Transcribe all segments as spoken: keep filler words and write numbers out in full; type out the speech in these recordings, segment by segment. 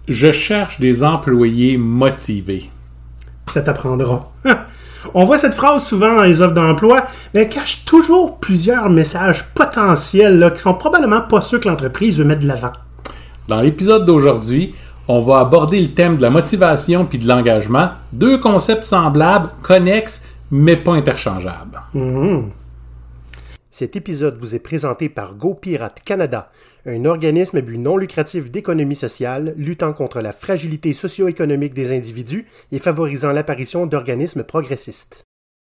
Je cherche des employés motivés. Ça t'apprendra. On voit cette phrase souvent dans les offres d'emploi, mais elle cache toujours plusieurs messages potentiels là, qui sont probablement pas ceux que l'entreprise veut mettre de l'avant. Dans l'épisode d'aujourd'hui, on va aborder le thème de la motivation puis de l'engagement, deux concepts semblables, connexes, mais pas interchangeables. Mmh. Cet épisode vous est présenté par GoPirate Canada, un organisme à but non lucratif d'économie sociale luttant contre la fragilité socio-économique des individus et favorisant l'apparition d'organismes progressistes.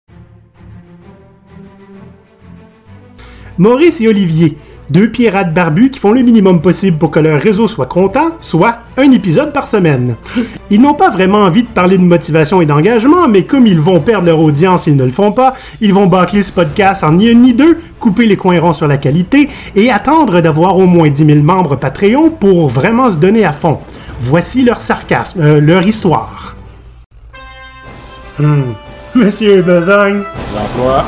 Maurice et Olivier, deux pirates barbus qui font le minimum possible pour que leur réseau soit content, soit un épisode par semaine. Ils n'ont pas vraiment envie de parler de motivation et d'engagement, mais comme ils vont perdre leur audience s'ils ne le font pas, ils vont bâcler ce podcast en ni un ni deux, couper les coins ronds sur la qualité et attendre d'avoir au moins dix mille membres Patreon pour vraiment se donner à fond. Voici leur sarcasme, euh, leur histoire. Hum, Monsieur Besogne. L'emploi.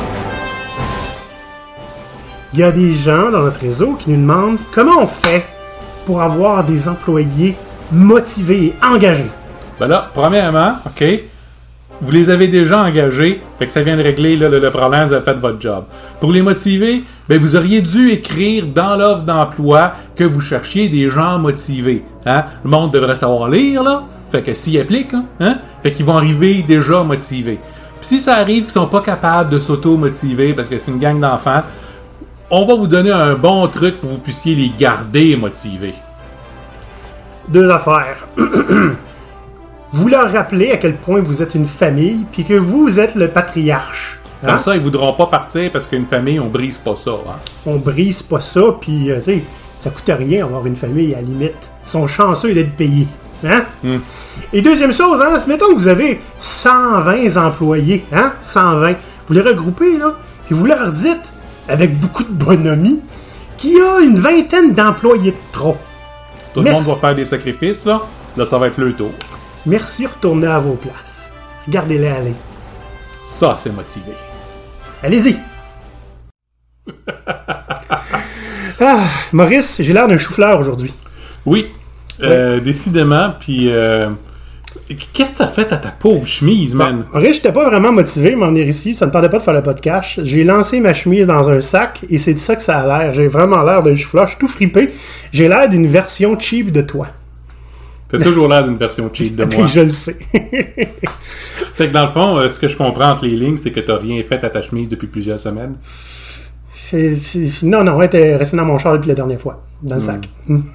Il y a des gens dans notre réseau qui nous demandent comment on fait pour avoir des employés motivés et engagés. Ben là, premièrement, OK, vous les avez déjà engagés, fait que ça vient de régler là, le, le problème, vous avez fait votre job. Pour les motiver, ben vous auriez dû écrire dans l'offre d'emploi que vous cherchiez des gens motivés. Hein? Le monde devrait savoir lire, là, fait que s'ils appliquent, là, hein? Fait qu'ils vont arriver déjà motivés. Puis si ça arrive qu'ils sont pas capables de s'auto-motiver parce que c'est une gang d'enfants, on va vous donner un bon truc pour que vous puissiez les garder motivés. Deux affaires. Vous leur rappelez à quel point vous êtes une famille, puis que vous êtes le patriarche. Comme Hein? ça, ils voudront pas partir parce qu'une famille, on brise pas ça. Hein? On brise pas ça, puis euh, tu sais, ça coûte rien avoir une famille à la limite. Ils sont chanceux d'être payés. Hein? Mm. Et deuxième chose, hein, mettons que vous avez cent vingt employés, hein? cent vingt. Vous les regroupez, là, puis vous leur dites, avec beaucoup de bonhomie, qu'il y a une vingtaine d'employés de trop. Tout Merci. le monde va faire des sacrifices, là. Là, ça va être le tour. Merci, retournez à vos places. Gardez-les aller. Ça, c'est motivé. Allez-y! Ah, Maurice, j'ai l'air d'un chou-fleur aujourd'hui. Oui, euh, décidément. Puis, euh, qu'est-ce que t'as fait à ta pauvre chemise, man? Bon, Maurice, j'étais pas vraiment motivé de m'en venir ici. Ça me tentait pas de faire le podcast. J'ai lancé ma chemise dans un sac et c'est de ça que ça a l'air. J'ai vraiment l'air d'un chou-fleur. Je suis tout fripé. J'ai l'air d'une version cheap de toi. T'as toujours l'air d'une version cheap de moi. Je le sais. Fait que dans le fond, euh, ce que je comprends entre les lignes, c'est que t'as rien fait à ta chemise depuis plusieurs semaines. C'est, c'est, non, non, elle était restée dans mon char depuis la dernière fois. Dans le sac.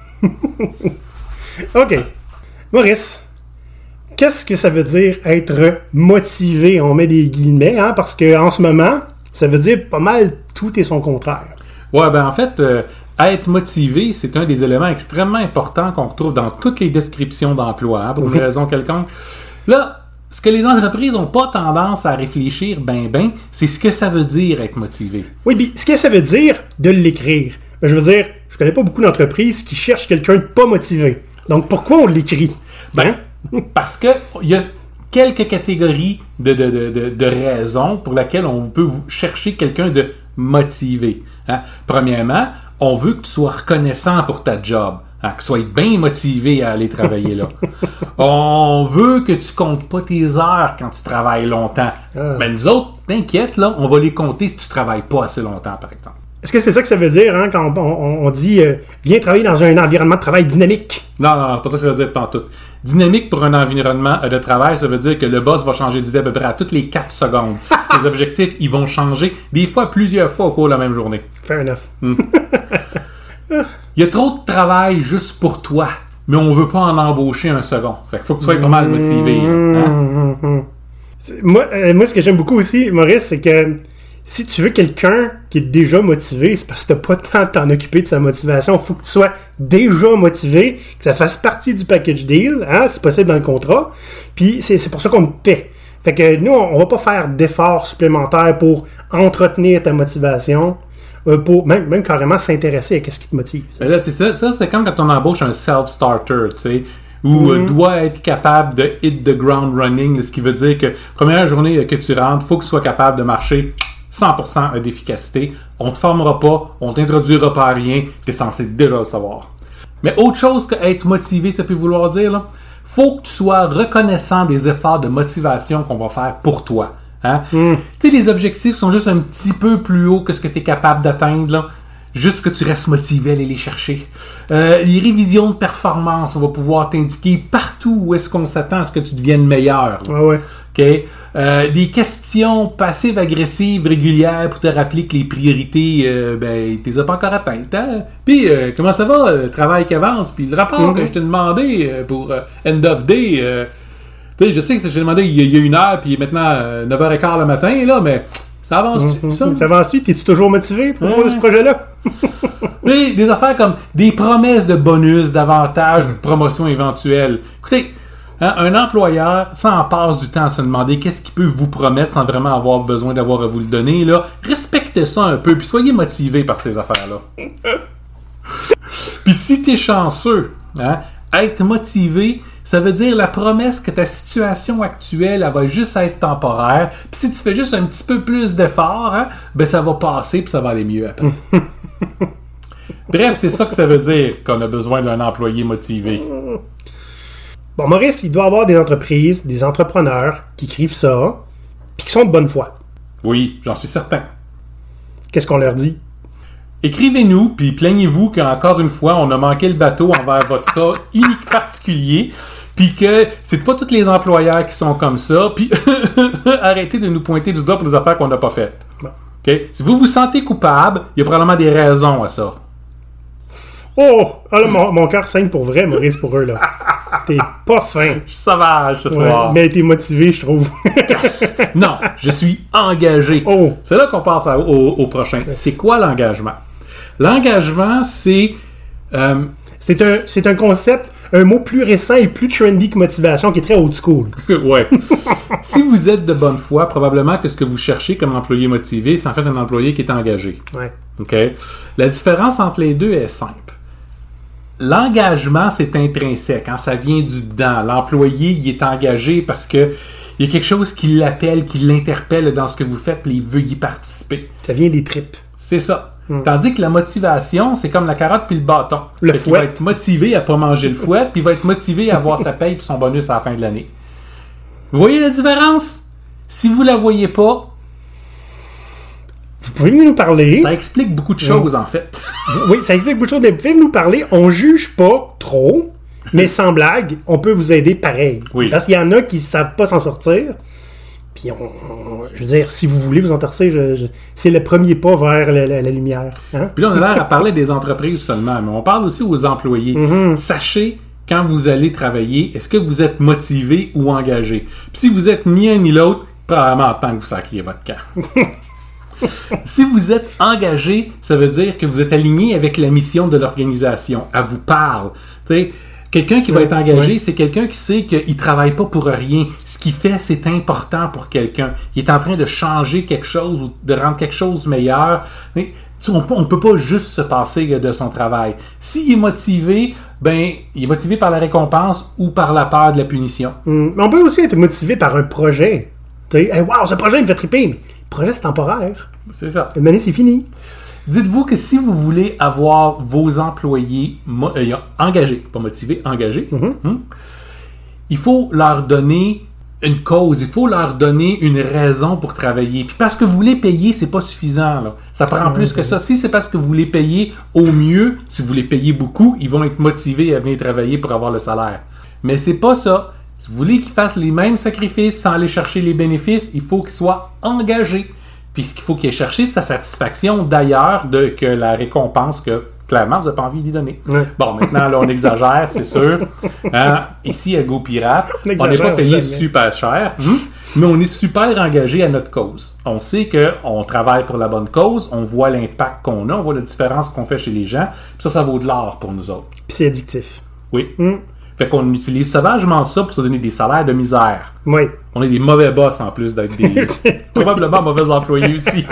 OK. Maurice, qu'est-ce que ça veut dire être motivé? On met des guillemets, hein, parce qu'en ce moment, ça veut dire pas mal tout et son contraire. Ouais, ben en fait, euh, être motivé, c'est un des éléments extrêmement importants qu'on retrouve dans toutes les descriptions d'emploi, hein, pour une raison quelconque. Là, ce que les entreprises n'ont pas tendance à réfléchir ben ben, c'est ce que ça veut dire être motivé. Oui, puis ce que ça veut dire de l'écrire? Ben, je veux dire, je connais pas beaucoup d'entreprises qui cherchent quelqu'un de pas motivé. Donc, pourquoi on l'écrit? Ben, parce que il y a quelques catégories de, de, de, de, de raisons pour lesquelles on peut chercher quelqu'un de motivé. Hein? Premièrement, on veut que tu sois reconnaissant pour ta job. Hein, que tu sois bien motivé à aller travailler là. On veut que tu comptes pas tes heures quand tu travailles longtemps. Ah. Mais nous autres, t'inquiète, là, on va les compter si tu travailles pas assez longtemps, par exemple. Est-ce que c'est ça que ça veut dire, hein, quand on, on, on dit euh, viens travailler dans un environnement de travail dynamique? Non, non, non, c'est pas ça que ça veut dire pantoute. Dynamique pour un environnement de travail, ça veut dire que le boss va changer d'idée à peu près à toutes les quatre secondes. Les objectifs, ils vont changer, des fois plusieurs fois au cours de la même journée. Fair enough. Mm. Il y a trop de travail juste pour toi, mais on veut pas en embaucher un second. Fait qu'il faut que tu sois pas mal motivé. Hein? Moi, euh, moi, ce que j'aime beaucoup aussi, Maurice, c'est que si tu veux quelqu'un qui est déjà motivé, c'est parce que t'as pas le temps de t'en occuper de sa motivation. Il faut que tu sois déjà motivé, que ça fasse partie du package deal, hein, si possible dans le contrat. Puis c'est, c'est pour ça qu'on te paie. Fait que nous, on, on va pas faire d'efforts supplémentaires pour entretenir ta motivation. Euh, pour même, même carrément s'intéresser à ce qui te motive. Ben là, ça, ça, c'est comme quand on embauche un self-starter, tu sais, ou mm-hmm. euh, doit être capable de hit the ground running, ce qui veut dire que première journée que tu rentres, il faut que tu sois capable de marcher cent pour cent d'efficacité. On te formera pas, on t'introduira pas à rien, tu es censé déjà le savoir. Mais autre chose qu'être motivé, ça peut vouloir dire, là, faut que tu sois reconnaissant des efforts de motivation qu'on va faire pour toi. Hein? Mm. Tu sais, les objectifs sont juste un petit peu plus hauts que ce que tu es capable d'atteindre, là. Juste que tu restes motivé à aller les chercher. Euh, les révisions de performance, on va pouvoir t'indiquer partout où est-ce qu'on s'attend à ce que tu deviennes meilleur. Ah ouais. OK? Euh, des questions passives, agressives, régulières pour te rappeler que les priorités, euh, ben, tu les as pas encore atteintes. Hein? Puis, euh, comment ça va, le travail qui avance? Puis le rapport mm-hmm. que je t'ai demandé euh, pour euh, End of Day, euh, tu sais, je sais que j'ai demandé il y, a, il y a une heure, puis maintenant euh, neuf heures quinze le matin, là, mais ça avance-tu, mm-hmm. ça? Ça avance-tu? T'es-tu toujours motivé pour ouais. ce projet-là? Oui, des affaires comme des promesses de bonus, d'avantages ou de promotions éventuelles. Écoutez, hein, un employeur, ça en passe du temps à se demander qu'est-ce qu'il peut vous promettre sans vraiment avoir besoin d'avoir à vous le donner. Là. Respectez ça un peu, puis soyez motivés par ces affaires-là. Puis si t'es chanceux, hein, être motivé, ça veut dire la promesse que ta situation actuelle, elle va juste être temporaire. Puis si tu fais juste un petit peu plus d'efforts, hein, ben ça va passer puis ça va aller mieux après. Bref, c'est ça que ça veut dire qu'on a besoin d'un employé motivé. Bon, Maurice, il doit y avoir des entreprises, des entrepreneurs qui écrivent ça, puis qui sont de bonne foi. Oui, j'en suis certain. Qu'est-ce qu'on leur dit? Écrivez-nous, puis plaignez-vous qu'encore une fois, on a manqué le bateau envers votre cas unique particulier, puis que c'est pas tous les employeurs qui sont comme ça, puis arrêtez de nous pointer du doigt pour des affaires qu'on n'a pas faites. Bon. Okay? Si vous vous sentez coupable, il y a probablement des raisons à ça. Oh! Ah là, mon, mon cœur saigne pour vrai, Maurice, pour eux, là. T'es pas fin. Je suis sauvage ce ouais, soir. Mais t'es motivé, je trouve. Non, je suis engagé. Oh. C'est là qu'on passe à, au, au prochain. Yes. C'est quoi l'engagement? L'engagement, c'est... Euh, c'est, un, c'est un concept, un mot plus récent et plus trendy que motivation, qui est très old school. Ouais. Si vous êtes de bonne foi, probablement que ce que vous cherchez comme employé motivé, c'est en fait un employé qui est engagé. Ouais. OK? La différence entre les deux est simple. L'engagement, c'est intrinsèque. Hein? Ça vient du dedans. L'employé, il est engagé parce que il y a quelque chose qui l'appelle, qui l'interpelle dans ce que vous faites, puis il veut y participer. Ça vient des tripes. C'est ça. Mm. Tandis que la motivation, c'est comme la carotte puis le bâton. Le fouet. Il va être motivé à pas manger le fouet, puis il va être motivé à avoir sa paye puis son bonus à la fin de l'année. Vous voyez la différence? Si vous la voyez pas, vous pouvez nous parler. Ça explique beaucoup de choses, mmh. en fait. Oui, ça explique beaucoup de choses, mais vous pouvez nous parler. On juge pas trop, mais sans blague, on peut vous aider pareil. Oui. Parce qu'il y en a qui ne savent pas s'en sortir. Puis, on, on, je veux dire, si vous voulez vous en sortir, je, je, c'est le premier pas vers la, la, la lumière. Hein? Puis là, on a l'air à parler des entreprises seulement, mais on parle aussi aux employés. Mmh. Sachez, quand vous allez travailler, est-ce que vous êtes motivé ou engagé? Puis si vous êtes ni un ni l'autre, probablement temps que vous sacriez votre camp. Si vous êtes engagé, ça veut dire que vous êtes aligné avec la mission de l'organisation. Elle vous parle. Tu sais, quelqu'un qui va être engagé, ouais. c'est quelqu'un qui sait qu'il ne travaille pas pour rien. Ce qu'il fait, c'est important pour quelqu'un. Il est en train de changer quelque chose ou de rendre quelque chose meilleur. Mais on ne peut pas juste se passer de son travail. S'il est motivé, ben, il est motivé par la récompense ou par la peur de la punition. Mmh. Mais on peut aussi être motivé par un projet. Tu sais, hey, wow, ce projet il me fait triper. Mais le projet, c'est temporaire. C'est ça. Une année, c'est fini. Dites-vous que si vous voulez avoir vos employés mo- euh, engagés, pas motivés, engagés, mm-hmm. hein, il faut leur donner une cause, il faut leur donner une raison pour travailler. Puis parce que vous les payez, c'est pas suffisant. Là. Ça prend mm-hmm. plus que ça. Si c'est parce que vous les payez au mieux, si vous les payez beaucoup, ils vont être motivés à venir travailler pour avoir le salaire. Mais c'est pas ça. Si vous voulez qu'ils fassent les mêmes sacrifices sans aller chercher les bénéfices, il faut qu'ils soient engagés. Puis ce qu'il faut qu'il ait cherché, c'est sa satisfaction d'ailleurs de que la récompense que, clairement, vous n'avez pas envie d'y donner. Ouais. Bon, maintenant, là, on exagère, c'est sûr. Hein? Ici, à Go Pirate, on n'est pas payé super cher, hein? mais on est super engagé à notre cause. On sait qu'on travaille pour la bonne cause, on voit l'impact qu'on a, on voit la différence qu'on fait chez les gens, puis ça, ça vaut de l'or pour nous autres. Puis c'est addictif. Oui. Mm. Fait qu'on utilise sauvagement ça pour se donner des salaires de misère. Oui. On est des mauvais boss en plus d'être des probablement mauvais employés aussi.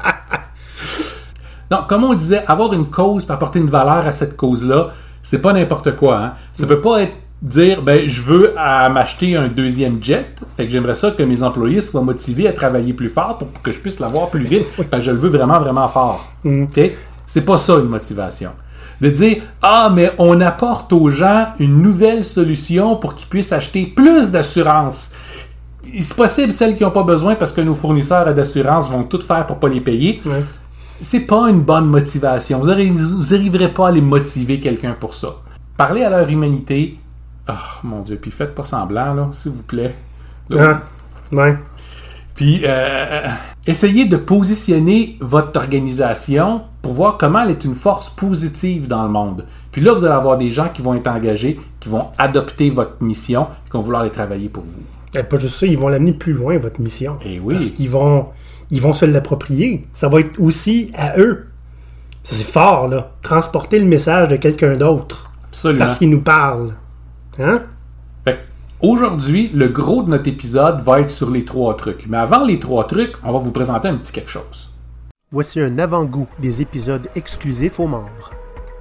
Donc, comme on disait, avoir une cause pour apporter une valeur à cette cause-là, c'est pas n'importe quoi. Hein? Ça peut pas être dire, ben, je veux à m'acheter un deuxième jet, fait que j'aimerais ça que mes employés soient motivés à travailler plus fort pour que je puisse l'avoir plus vite, parce que je le veux vraiment, vraiment fort. Mm. Okay? C'est pas ça une motivation. De dire, ah, mais on apporte aux gens une nouvelle solution pour qu'ils puissent acheter plus d'assurance. C'est possible, celles qui n'ont pas besoin parce que nos fournisseurs d'assurance vont tout faire pour ne pas les payer. Ouais. C'est pas une bonne motivation. Vous n'arriverez pas à les motiver quelqu'un pour ça. Parlez à leur humanité. Oh, mon Dieu. Puis faites pas semblant, là, s'il vous plaît. Ah, ouais. Puis, euh, essayez de positionner votre organisation pour voir comment elle est une force positive dans le monde. Puis là, vous allez avoir des gens qui vont être engagés, qui vont adopter votre mission, qui vont vouloir aller travailler pour vous. Et pas juste ça, ils vont l'amener plus loin, votre mission. Et oui. Parce qu'ils vont, ils vont se l'approprier. Ça va être aussi à eux. Ça, c'est fort, là. Transporter le message de quelqu'un d'autre. Absolument. Parce qu'il nous parle. Hein? Fait aujourd'hui, le gros de notre épisode va être sur les trois trucs. Mais avant les trois trucs, on va vous présenter un petit quelque chose. Voici un avant-goût des épisodes exclusifs aux membres.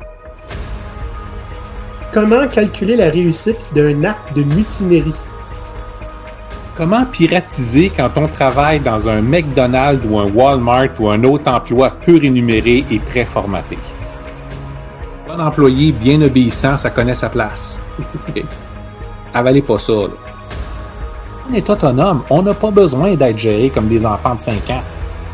Comment calculer la réussite d'un acte de mutinerie? Comment piratiser quand on travaille dans un McDonald's ou un Walmart ou un autre emploi peu rémunéré et très formaté? Un bon employé bien obéissant, ça connaît sa place. Okay. Avalez pas ça, là. On est autonome. On n'a pas besoin d'être géré comme des enfants de cinq ans.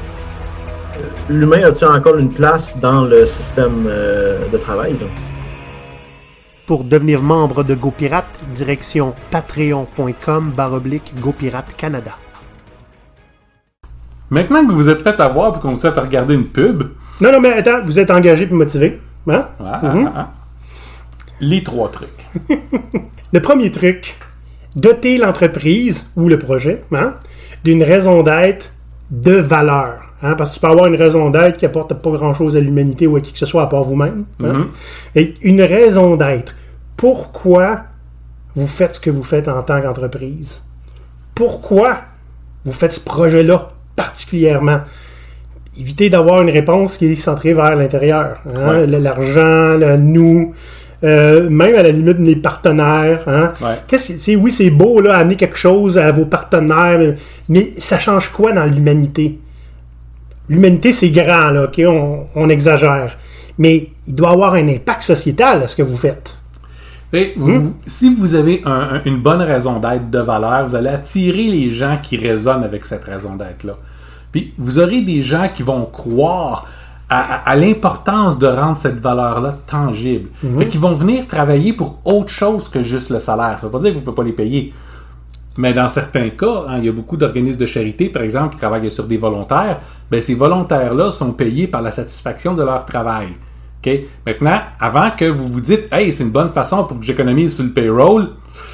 L'humain a-t-il encore une place dans le système euh, de travail? Donc? Pour devenir membre de GoPirate, direction patreon.com baroblique GoPirate Canada. Maintenant que vous vous êtes fait avoir et qu'on vous êtes à regarder une pub... Non, non, mais attends, vous êtes engagé et motivé. Hein? Ah, Mm-hmm. ah, ah. Les trois trucs. Le premier truc, doter l'entreprise ou le projet hein, d'une raison d'être de valeur. Hein, parce que tu peux avoir une raison d'être qui apporte pas grand-chose à l'humanité ou à qui que ce soit à part vous-même. Hein? Mm-hmm. Et une raison d'être. Pourquoi vous faites ce que vous faites en tant qu'entreprise? Pourquoi vous faites ce projet-là particulièrement? Évitez d'avoir une réponse qui est centrée vers l'intérieur. Hein? Ouais. L'argent, le nous, euh, même à la limite les partenaires. Hein? Ouais. Qu'est-ce que, c'est, oui, c'est beau là, amener quelque chose à vos partenaires, mais, mais ça change quoi dans l'humanité? L'humanité, c'est grand, là, OK? On, on exagère. Mais il doit avoir un impact sociétal à ce que vous faites. Et vous, Hum? Si vous avez un, un, une bonne raison d'être de valeur, vous allez attirer les gens qui résonnent avec cette raison d'être-là. Puis vous aurez des gens qui vont croire à, à, à l'importance de rendre cette valeur-là tangible. Mm-hmm. Fait qu'ils vont venir travailler pour autre chose que juste le salaire. Ça ne veut pas dire que vous ne pouvez pas les payer. Mais dans certains cas, hein, il y a beaucoup d'organismes de charité, par exemple, qui travaillent sur des volontaires. Ben, ces volontaires-là sont payés par la satisfaction de leur travail. Okay? Maintenant, avant que vous vous dites « Hey, c'est une bonne façon pour que j'économise sur le payroll »,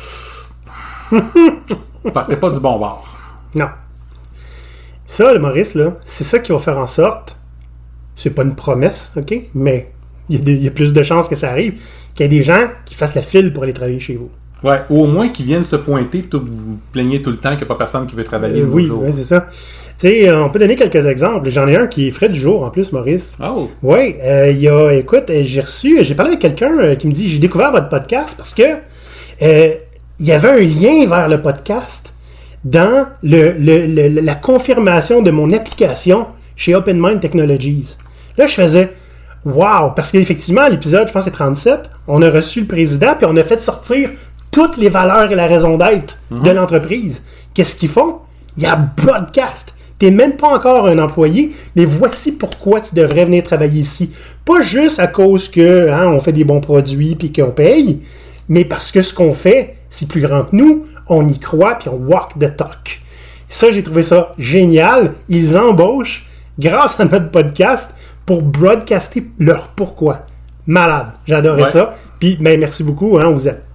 vous partez pas du bon bord. Non. Ça, le Maurice, là, c'est ça qui va faire en sorte, c'est pas une promesse, OK? Mais il y, y a plus de chances que ça arrive, qu'il y ait des gens qui fassent la file pour aller travailler chez vous. Ouais, ou au moins qu'ils viennent se pointer plutôt que vous vous plaignez tout le temps qu'il n'y a pas personne qui veut travailler Euh, le oui, jour. oui, c'est ça. Tu sais, on peut donner quelques exemples. J'en ai un qui est frais du jour, en plus, Maurice. Oh! Oui, euh, il y a, écoute, euh, j'ai reçu, j'ai parlé avec quelqu'un euh, qui me dit, j'ai découvert votre podcast parce que euh, il y avait un lien vers le podcast dans le, le, le, la confirmation de mon application chez OpenMind Technologies. Là, je faisais « Wow! » Parce qu'effectivement, à l'épisode, je pense que c'est trente-sept, on a reçu le président puis on a fait sortir toutes les valeurs et la raison d'être mm-hmm. de l'entreprise. Qu'est-ce qu'ils font? Il y a broadcast. T'es même pas encore un employé, mais voici pourquoi tu devrais venir travailler ici. Pas juste à cause que hein, on fait des bons produits puis qu'on paye, mais parce que ce qu'on fait, c'est plus grand que nous, on y croit puis on walk the talk. Ça, j'ai trouvé ça génial. Ils embauchent, grâce à notre podcast, pour broadcaster leur pourquoi. Malade. J'adorais Ouais. ça. Puis, ben, merci beaucoup, hein, vous êtes.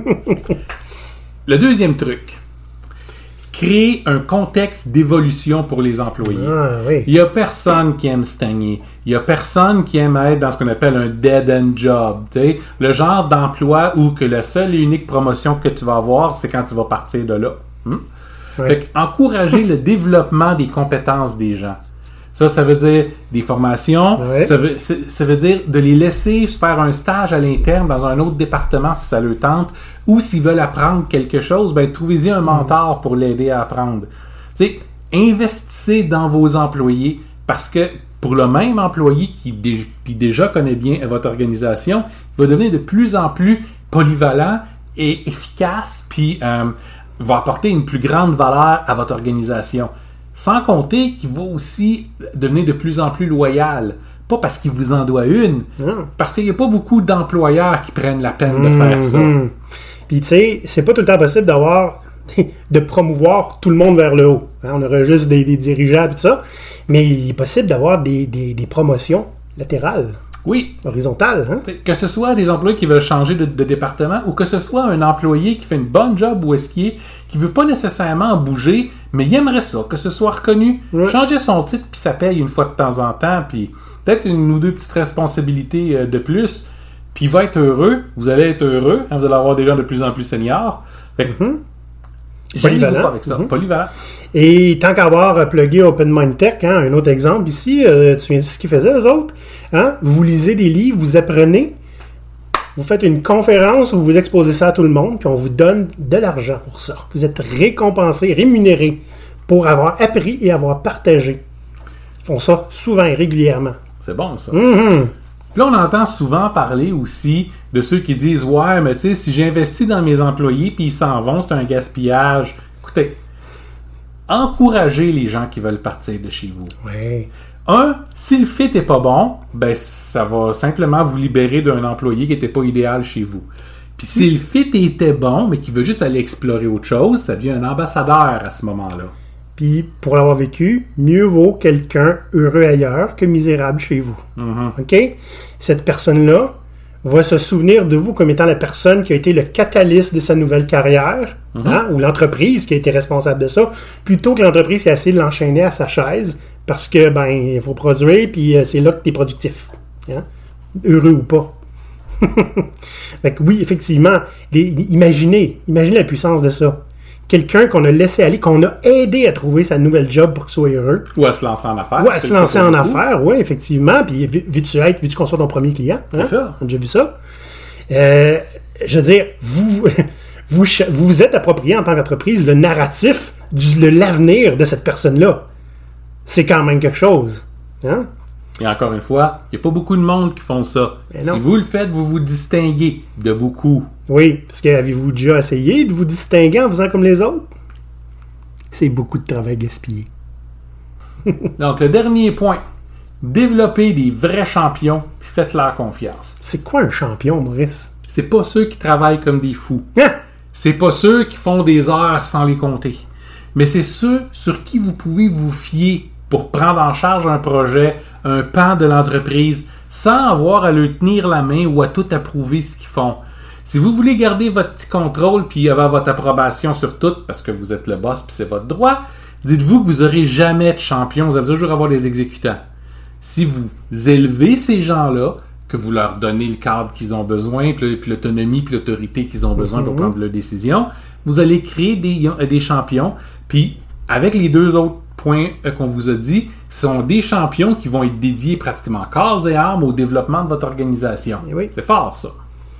Le deuxième truc, créer un contexte d'évolution pour les employés. Ah, oui. Il n'y a personne qui aime stagner. Il n'y a personne qui aime être dans ce qu'on appelle un dead-end job. T'sais? Le genre d'emploi où que la seule et unique promotion que tu vas avoir, c'est quand tu vas partir de là. Hum? Ouais. Fait qu'encourager le développement des compétences des gens. Ça, ça veut dire des formations. Ouais. Ça, veut, ça veut dire de les laisser faire un stage à l'interne dans un autre département si ça leur tente. Ou s'ils veulent apprendre quelque chose, ben trouvez-y un mentor pour l'aider à apprendre. Tu sais, investissez dans vos employés parce que pour le même employé qui, dé- qui déjà connaît bien votre organisation, il va devenir de plus en plus polyvalent et efficace, puis euh, va apporter une plus grande valeur à votre organisation. Sans compter qu'il va aussi devenir de plus en plus loyal. Pas parce qu'il vous en doit une, Non. parce qu'il n'y a pas beaucoup d'employeurs qui prennent la peine de faire ça. Mhm. Puis tu sais, c'est pas tout le temps possible d'avoir de promouvoir tout le monde vers le haut. Hein, on aurait juste des, des dirigeants et tout ça. Mais il est possible d'avoir des, des, des promotions latérales, Oui, horizontales. Hein? T'sais, que ce soit des employés qui veulent changer de, de département ou que ce soit un employé qui fait une bonne job où est-ce qu'il est, qui veut pas nécessairement bouger, mais il aimerait ça, que ce soit reconnu, Ouais. changer son titre puis ça paye une fois de temps en temps, puis peut-être une ou deux petites responsabilités euh, de plus, puis il va être heureux, vous allez être heureux, hein, vous allez avoir des gens de plus en plus seniors. Fait que, Mhm. gênez-vous Polyvalent. pas avec ça, Mhm. polyvalent. Et tant qu'à avoir euh, plugué Open Mind Tech, hein, un autre exemple ici, euh, tu viens de ce qu'ils faisaient, eux autres? Hein? Vous lisez des livres, vous apprenez, vous faites une conférence où vous exposez ça à tout le monde, puis on vous donne de l'argent pour ça. Vous êtes récompensé, rémunéré pour avoir appris et avoir partagé. Ils font ça souvent et régulièrement. C'est bon ça. Mhm. Puis là, on entend souvent parler aussi de ceux qui disent « Ouais, mais tu sais, si j'investis dans mes employés puis ils s'en vont, c'est un gaspillage. » Écoutez, encouragez les gens qui veulent partir de chez vous. Ouais. Un, si le fit n'est pas bon, ben ça va simplement vous libérer d'un employé qui n'était pas idéal chez vous. Puis si le fit était bon, mais qui veut juste aller explorer autre chose, ça devient un ambassadeur à ce moment-là. Puis, pour l'avoir vécu, mieux vaut quelqu'un heureux ailleurs que misérable chez vous. Mhm. OK? Cette personne-là va se souvenir de vous comme étant la personne qui a été le catalyste de sa nouvelle carrière, hein, ou l'entreprise qui a été responsable de ça, plutôt que l'entreprise qui a essayé de l'enchaîner à sa chaise parce que, ben, il faut produire, puis euh, c'est là que tu es productif. Hein? Heureux ou pas. Fait que oui, effectivement, les- imaginez, imaginez la puissance de ça. Quelqu'un qu'on a laissé aller, qu'on a aidé à trouver sa nouvelle job pour qu'il soit heureux. Ou à se lancer en affaires. Ouais, à c'est se le lancer cas en pour beaucoup. affaires, oui, effectivement. Puis vu, vu tu être, vu tu qu'on soit ton premier client, hein? C'est ça. On a déjà vu ça. Euh, je veux dire, vous, vous, ch- vous vous êtes approprié en tant qu'entreprise le narratif du, de l'avenir de cette personne-là. C'est quand même quelque chose. Hein? Et encore une fois, il n'y a pas beaucoup de monde qui font ça. Mais non. Si vous le faites, vous vous distinguez de beaucoup. Oui, parce que avez-vous déjà essayé de vous distinguer en faisant comme les autres? C'est beaucoup de travail gaspillé. Donc, le dernier point, développez des vrais champions, puis faites-leur confiance. C'est quoi un champion, Maurice? C'est pas ceux qui travaillent comme des fous. Hein? C'est pas ceux qui font des heures sans les compter. Mais c'est ceux sur qui vous pouvez vous fier pour prendre en charge un projet, un pan de l'entreprise, sans avoir à leur tenir la main ou à tout approuver ce qu'ils font. Si vous voulez garder votre petit contrôle puis avoir votre approbation sur tout, parce que vous êtes le boss puis c'est votre droit, dites-vous que vous n'aurez jamais de champion, vous allez toujours avoir des exécutants. Si vous élevez ces gens-là, que vous leur donnez le cadre qu'ils ont besoin, puis puis l'autonomie, puis l'autorité qu'ils ont besoin pour prendre leurs décisions, vous allez créer des, des champions. Puis, avec les deux autres points euh, qu'on vous a dit, ce sont des champions qui vont être dédiés pratiquement corps et âme au développement de votre organisation. Eh oui. C'est fort, ça.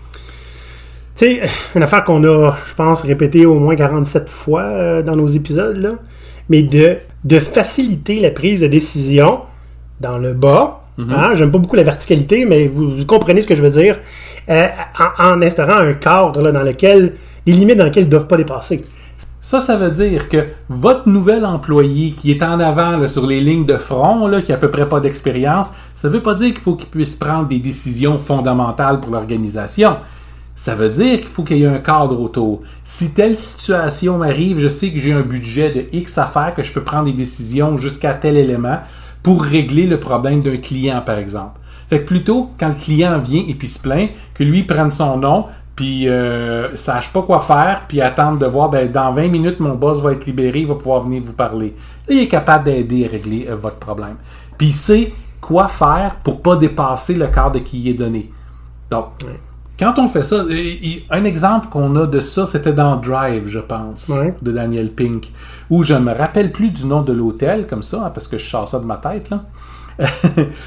Tu sais, une affaire qu'on a, je pense, répétée au moins quarante-sept fois euh, dans nos épisodes, là, mais de, de faciliter la prise de décision dans le bas. Mm-hmm. Hein, j'aime pas beaucoup la verticalité, mais vous, vous comprenez ce que je veux dire. Euh, en, en instaurant un cadre là, dans lequel, des limites dans lesquelles ils ne doivent pas dépasser. Ça, ça veut dire que votre nouvel employé qui est en avant là, sur les lignes de front, là, qui a à peu près pas d'expérience, ça veut pas dire qu'il faut qu'il puisse prendre des décisions fondamentales pour l'organisation. Ça veut dire qu'il faut qu'il y ait un cadre autour. Si telle situation m'arrive, je sais que j'ai un budget de X affaires, que je peux prendre des décisions jusqu'à tel élément pour régler le problème d'un client, par exemple. Fait que plutôt, quand le client vient et puis se plaint, que lui prenne son nom, puis euh, sache pas quoi faire, puis attendre de voir, ben dans vingt minutes, mon boss va être libéré, il va pouvoir venir vous parler. Là, il est capable d'aider à régler euh, votre problème. Puis il sait quoi faire pour pas dépasser le cadre qui y est donné. Donc, Ouais. quand on fait ça, un exemple qu'on a de ça, c'était dans Drive, je pense, Ouais. de Daniel Pink, où je me rappelle plus du nom de l'hôtel, comme ça, hein, parce que je sors ça de ma tête, là.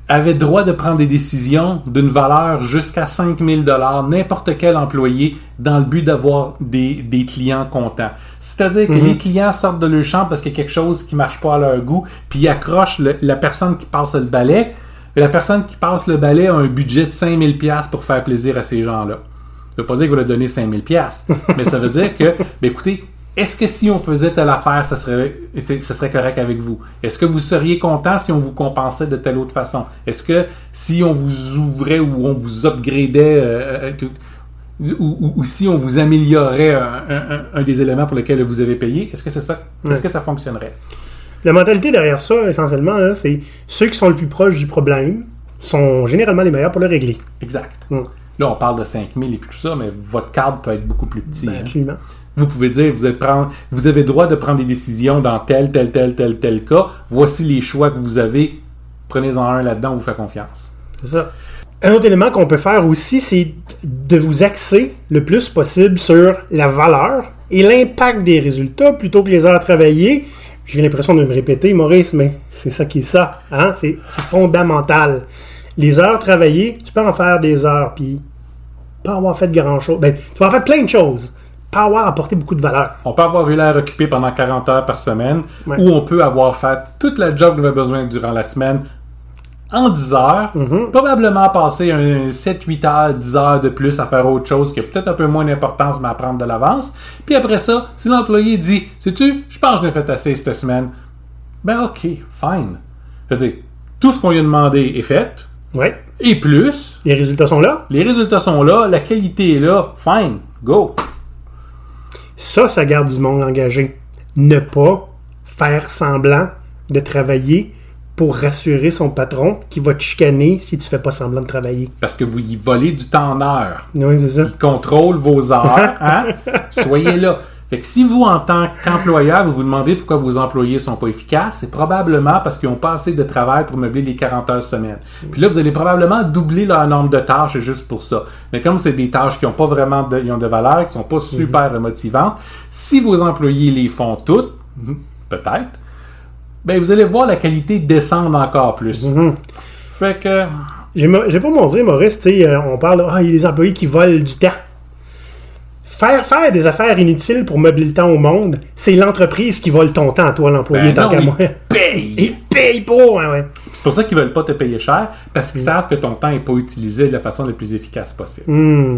avait droit de prendre des décisions d'une valeur jusqu'à cinq mille dollars, n'importe quel employé, dans le but d'avoir des, des clients contents. C'est-à-dire que mm-hmm. les clients sortent de leur chambre parce qu'il y a quelque chose qui ne marche pas à leur goût, puis ils accrochent le, la personne qui passe le balai. Et la personne qui passe le balai a un budget de cinq mille dollars pour faire plaisir à ces gens-là. Ça ne veut pas dire qu'il va leur donner cinq mille dollars, mais ça veut dire que, ben écoutez, est-ce que si on faisait telle affaire, ça serait, ça serait correct avec vous? Est-ce que vous seriez content si on vous compensait de telle autre façon? Est-ce que si on vous ouvrait ou on vous upgradait euh, tout, ou, ou, ou si on vous améliorait un, un, un des éléments pour lesquels vous avez payé, est-ce que c'est ça? Ouais. Est-ce que ça fonctionnerait? La mentalité derrière ça, essentiellement, là, c'est ceux qui sont le plus proches du problème sont généralement les meilleurs pour le régler. Exact. Mm. Là, on parle de cinq mille et puis tout ça, mais votre cadre peut être beaucoup plus petit. Ben, absolument. Hein? Vous pouvez dire, vous, êtes prendre, vous avez le droit de prendre des décisions dans tel, tel, tel, tel, tel cas. Voici les choix que vous avez. Prenez-en un là-dedans, on vous fait confiance. C'est ça. Un autre élément qu'on peut faire aussi, c'est de vous axer le plus possible sur la valeur et l'impact des résultats plutôt que les heures travaillées. J'ai l'impression de me répéter, Maurice, mais c'est ça qui est ça. Hein? C'est, c'est fondamental. Les heures travaillées, tu peux en faire des heures, puis pas avoir fait grand-chose. Ben, tu vas en faire plein de choses. Pas avoir apporté beaucoup de valeur. On peut avoir eu l'air occupé pendant quarante heures par semaine, ouais. ou on peut avoir fait toute la job qu'on avait besoin durant la semaine en dix heures, mm-hmm. probablement passer un sept huit heures, dix heures de plus à faire autre chose qui a peut-être un peu moins d'importance, mais à prendre de l'avance. Puis après ça, si l'employé dit « Sais-tu, je pense que je l'ai fait assez cette semaine », ben ok, fine. C'est-à-dire, tout ce qu'on lui a demandé est fait, ouais. et plus. Les résultats sont là. Les résultats sont là, la qualité est là, fine, go. Ça, ça garde du monde engagé. Ne pas faire semblant de travailler pour rassurer son patron qui va te chicaner si tu fais pas semblant de travailler. Parce que vous y volez du temps en heure. Oui, c'est ça. Il contrôle vos heures. Hein? Soyez là. Fait que si vous, en tant qu'employeur, vous vous demandez pourquoi vos employés sont pas efficaces, c'est probablement parce qu'ils n'ont pas assez de travail pour meubler les quarante heures semaine. Puis là, vous allez probablement doubler leur nombre de tâches juste pour ça. Mais comme c'est des tâches qui n'ont pas vraiment de, ils ont de valeur, qui sont pas super mm-hmm. motivantes, si vos employés les font toutes, peut-être, ben vous allez voir la qualité descendre encore plus. Mm-hmm. Fait que... J'ai, j'ai pas mon dire, Maurice, tu sais, on parle, ah, il y a des employés qui volent du temps. Faire faire des affaires inutiles pour meubler le temps au monde, c'est l'entreprise qui vole ton temps à toi, l'employé, ben tant qu'à moi. Paye. Ils payent pour, ouais, ouais. C'est pour ça qu'ils veulent pas te payer cher, parce qu'ils mm. savent que ton temps n'est pas utilisé de la façon la plus efficace possible. Mm.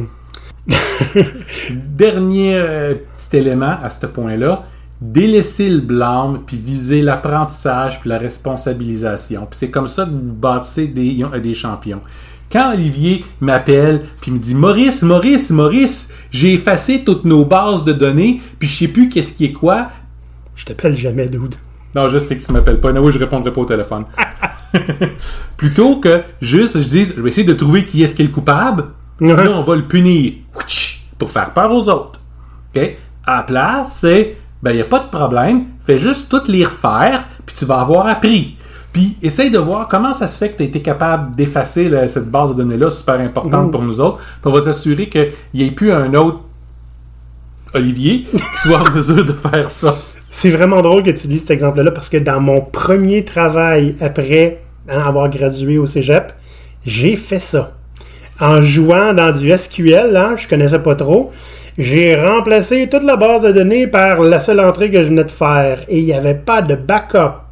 Dernier euh, petit élément à ce point-là, délaisser le blâme, puis viser l'apprentissage, puis la responsabilisation. Puis c'est comme ça que vous bâtissez des, des champions. Quand Olivier m'appelle puis me dit « Maurice, Maurice, Maurice, j'ai effacé toutes nos bases de données, puis je sais plus qu'est-ce qui est quoi. » Je t'appelle jamais, dude. Non, je sais que tu m'appelles pas. Non, oui, je répondrai pas au téléphone. Plutôt que juste, je dis, je vais essayer de trouver qui est-ce qui est le coupable. Uh-huh. Là, on va le punir pour faire peur aux autres. OK? À la place, c'est, ben, il n'y a pas de problème. Fais juste tout les refaire, puis tu vas avoir appris. Puis, essaye de voir comment ça se fait que tu as été capable d'effacer là, cette base de données-là super importante mmh. pour nous autres. Puis on va s'assurer qu'il n'y ait plus un autre Olivier qui soit en mesure de faire ça. C'est vraiment drôle que tu dises cet exemple-là parce que dans mon premier travail après hein, avoir gradué au cégep, j'ai fait ça. En jouant dans du S Q L, hein, je connaissais pas trop, j'ai remplacé toute la base de données par la seule entrée que je venais de faire et il n'y avait pas de backup.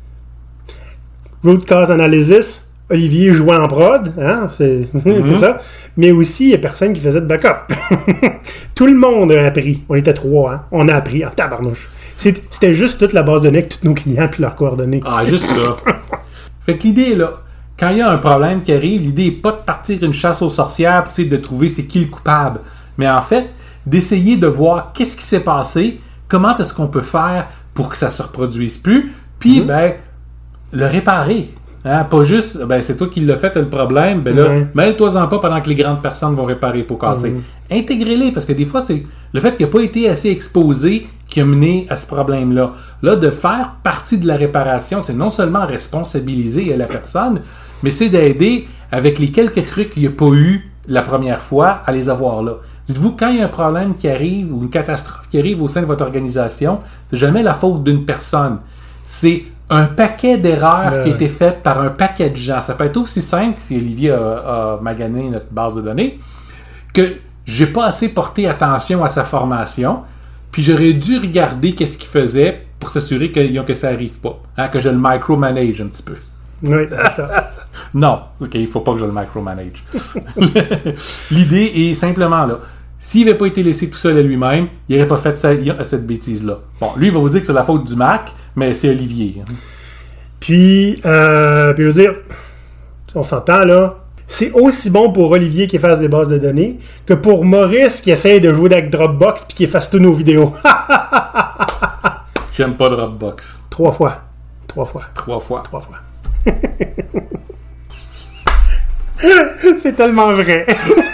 Root cause analysis, Olivier jouait en prod, hein, c'est, mm-hmm. c'est ça. Mais aussi, il n'y a personne qui faisait de backup. Tout le monde a appris. On était trois, hein. On a appris en tabarnouche. C'est, c'était juste toute la base de données avec tous nos clients et leurs coordonnées. Ah, juste ça. Fait que l'idée est là. Quand il y a un problème qui arrive, l'idée n'est pas de partir une chasse aux sorcières pour essayer de trouver c'est qui le coupable. Mais en fait, d'essayer de voir qu'est-ce qui s'est passé, comment est-ce qu'on peut faire pour que ça ne se reproduise plus, puis, mm-hmm. ben, le réparer. Hein? Pas juste, ben c'est toi qui l'as fait, t'as le problème, ben là, mmh. mêle-toi-en pas pendant que les grandes personnes vont réparer pour casser. Mmh. Intégrez-les, parce que des fois, c'est le fait qu'il n'a pas été assez exposé qui a mené à ce problème-là. Là, de faire partie de la réparation, c'est non seulement responsabiliser la personne, mais c'est d'aider avec les quelques trucs qu'il n'y a pas eu la première fois à les avoir là. Dites-vous, quand il y a un problème qui arrive ou une catastrophe qui arrive au sein de votre organisation, c'est jamais la faute d'une personne. C'est un paquet d'erreurs Ouais. qui a été faites par un paquet de gens. Ça peut être aussi simple, si Olivier a, a magané notre base de données, que j'ai pas assez porté attention à sa formation, puis j'aurais dû regarder qu'est-ce qu'il faisait pour s'assurer que, que ça arrive pas. Hein, que je le micromanage un petit peu. Oui, c'est ça. Non, ok, il faut pas que je le micromanage. L'idée est simplement là. S'il n'avait pas été laissé tout seul à lui-même, il n'aurait pas fait ça, cette bêtise-là. Bon, lui, il va vous dire que c'est la faute du Mac, mais c'est Olivier. Puis, euh, puis je veux dire, on s'entend là, c'est aussi bon pour Olivier qui efface des bases de données que pour Maurice qui essaye de jouer avec Dropbox puis qui efface tous nos vidéos. J'aime pas Dropbox. Trois fois. Trois fois. Trois fois. Trois fois. C'est tellement vrai.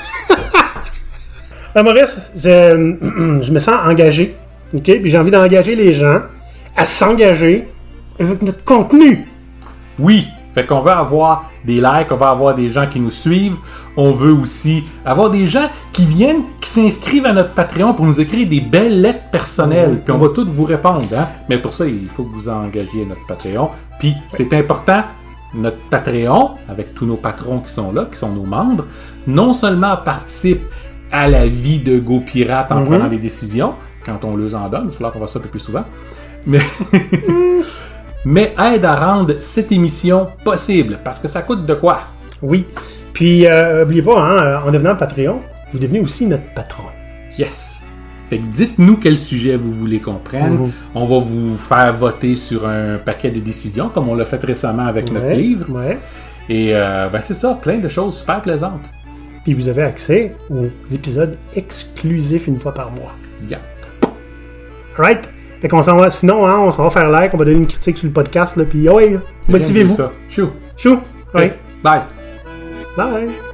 Ah, Maurice, je, je me sens engagé. OK? Puis j'ai envie d'engager les gens à s'engager avec notre contenu. Oui, fait qu'on veut avoir des likes, on veut avoir des gens qui nous suivent, on veut aussi avoir des gens qui viennent, qui s'inscrivent à notre Patreon pour nous écrire des belles lettres personnelles, Mmh. puis on va toutes vous répondre, hein? Mais pour ça, il faut que vous engagiez notre Patreon, puis c'est important, notre Patreon, avec tous nos patrons qui sont là, qui sont nos membres, non seulement participe à la vie de GoPirate en Mmh. prenant des décisions, quand on les en donne, il va falloir qu'on fasse ça un peu plus souvent, mais... mais aide à rendre cette émission possible, parce que ça coûte de quoi? Oui. Puis, euh, n'oubliez pas, hein, en devenant Patreon, vous devenez aussi notre patron. Yes! Fait que dites-nous quel sujet vous voulez qu'on prenne. Mhm. On va vous faire voter sur un paquet de décisions, comme on l'a fait récemment avec notre Ouais, livre. ouais. Et euh, ben c'est ça, plein de choses super plaisantes. Puis vous avez accès aux épisodes exclusifs une fois par mois. Yeah. Right? Fait qu'on s'en va, sinon, hein, on s'en va faire like, on va donner une critique sur le podcast, là, puis ouais, motivez-vous. Ça. Chou. Chou! Ouais. Bye. Bye!